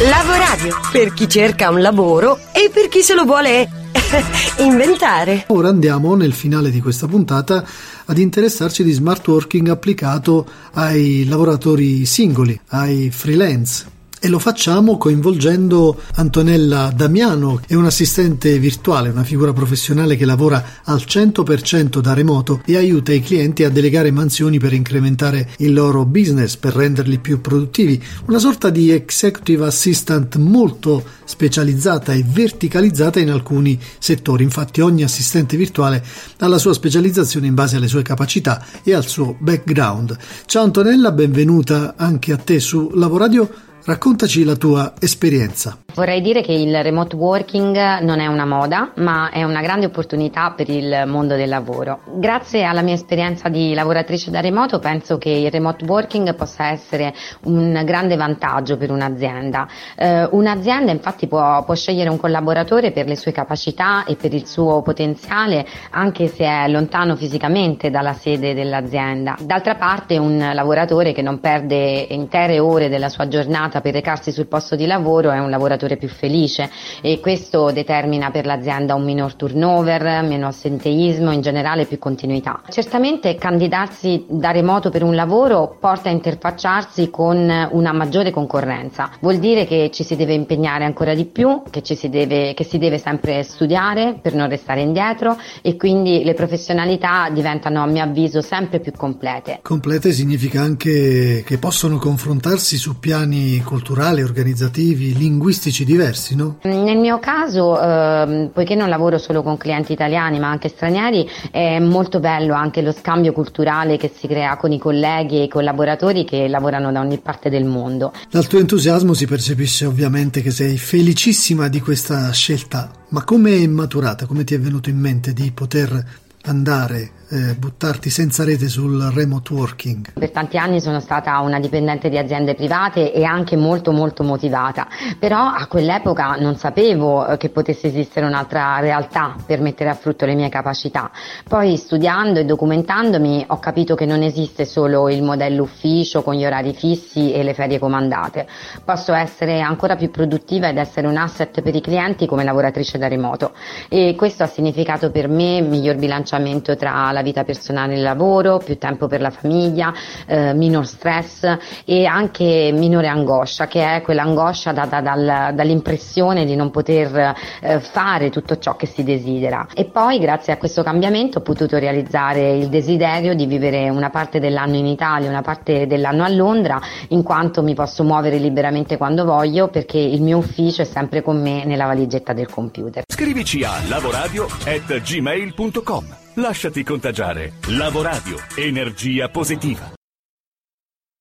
Lavoradio, per chi cerca un lavoro e per chi se lo vuole inventare. Ora andiamo nel finale di questa puntata ad interessarci di smart working applicato ai lavoratori singoli, ai freelance. E lo facciamo coinvolgendo Antonella Damiano, è un'assistente virtuale, una figura professionale che lavora al 100% da remoto e aiuta i clienti a delegare mansioni per incrementare il loro business, per renderli più produttivi. Una sorta di executive assistant molto specializzata e verticalizzata in alcuni settori. Infatti ogni assistente virtuale ha la sua specializzazione in base alle sue capacità e al suo background. Ciao Antonella, benvenuta anche a te su Lavoradio. Raccontaci la tua esperienza. Vorrei dire che il remote working non è una moda, ma è una grande opportunità per il mondo del lavoro. Grazie alla mia esperienza di lavoratrice da remoto, penso che il remote working possa essere un grande vantaggio per un'azienda. Un'azienda infatti può scegliere un collaboratore per le sue capacità e per il suo potenziale, anche se è lontano fisicamente dalla sede dell'azienda. D'altra parte, un lavoratore che non perde intere ore della sua giornata per recarsi sul posto di lavoro è un lavoratore più felice, e questo determina per l'azienda un minor turnover, meno assenteismo, in generale più continuità. Certamente candidarsi da remoto per un lavoro porta a interfacciarsi con una maggiore concorrenza. Vuol dire che ci si deve impegnare ancora di più, che si deve sempre studiare per non restare indietro, e quindi le professionalità diventano, a mio avviso, sempre più complete. Complete significa anche che possono confrontarsi su piani culturali, organizzativi, linguistici diversi, no? Nel mio caso, poiché non lavoro solo con clienti italiani ma anche stranieri, è molto bello anche lo scambio culturale che si crea con i colleghi e i collaboratori che lavorano da ogni parte del mondo. Dal tuo entusiasmo si percepisce ovviamente che sei felicissima di questa scelta, ma come è maturata? Come ti è venuto in mente di poter andare, buttarti senza rete sul remote working? Per tanti anni sono stata una dipendente di aziende private e anche molto motivata, però a quell'epoca non sapevo che potesse esistere un'altra realtà per mettere a frutto le mie capacità. Poi studiando e documentandomi ho capito che non esiste solo il modello ufficio con gli orari fissi e le ferie comandate. Posso essere ancora più produttiva ed essere un asset per i clienti come lavoratrice da remoto, e questo ha significato per me miglior bilanciamento tra la vita personale e il lavoro, più tempo per la famiglia, minor stress e anche minore angoscia, che è quell'angoscia data dall'impressione di non poter fare tutto ciò che si desidera. E poi grazie a questo cambiamento ho potuto realizzare il desiderio di vivere una parte dell'anno in Italia, una parte dell'anno a Londra, in quanto mi posso muovere liberamente quando voglio, perché il mio ufficio è sempre con me nella valigetta del computer. Scrivici a lavoradio@gmail.com. Lasciati contagiare. Lavoradio. Energia positiva.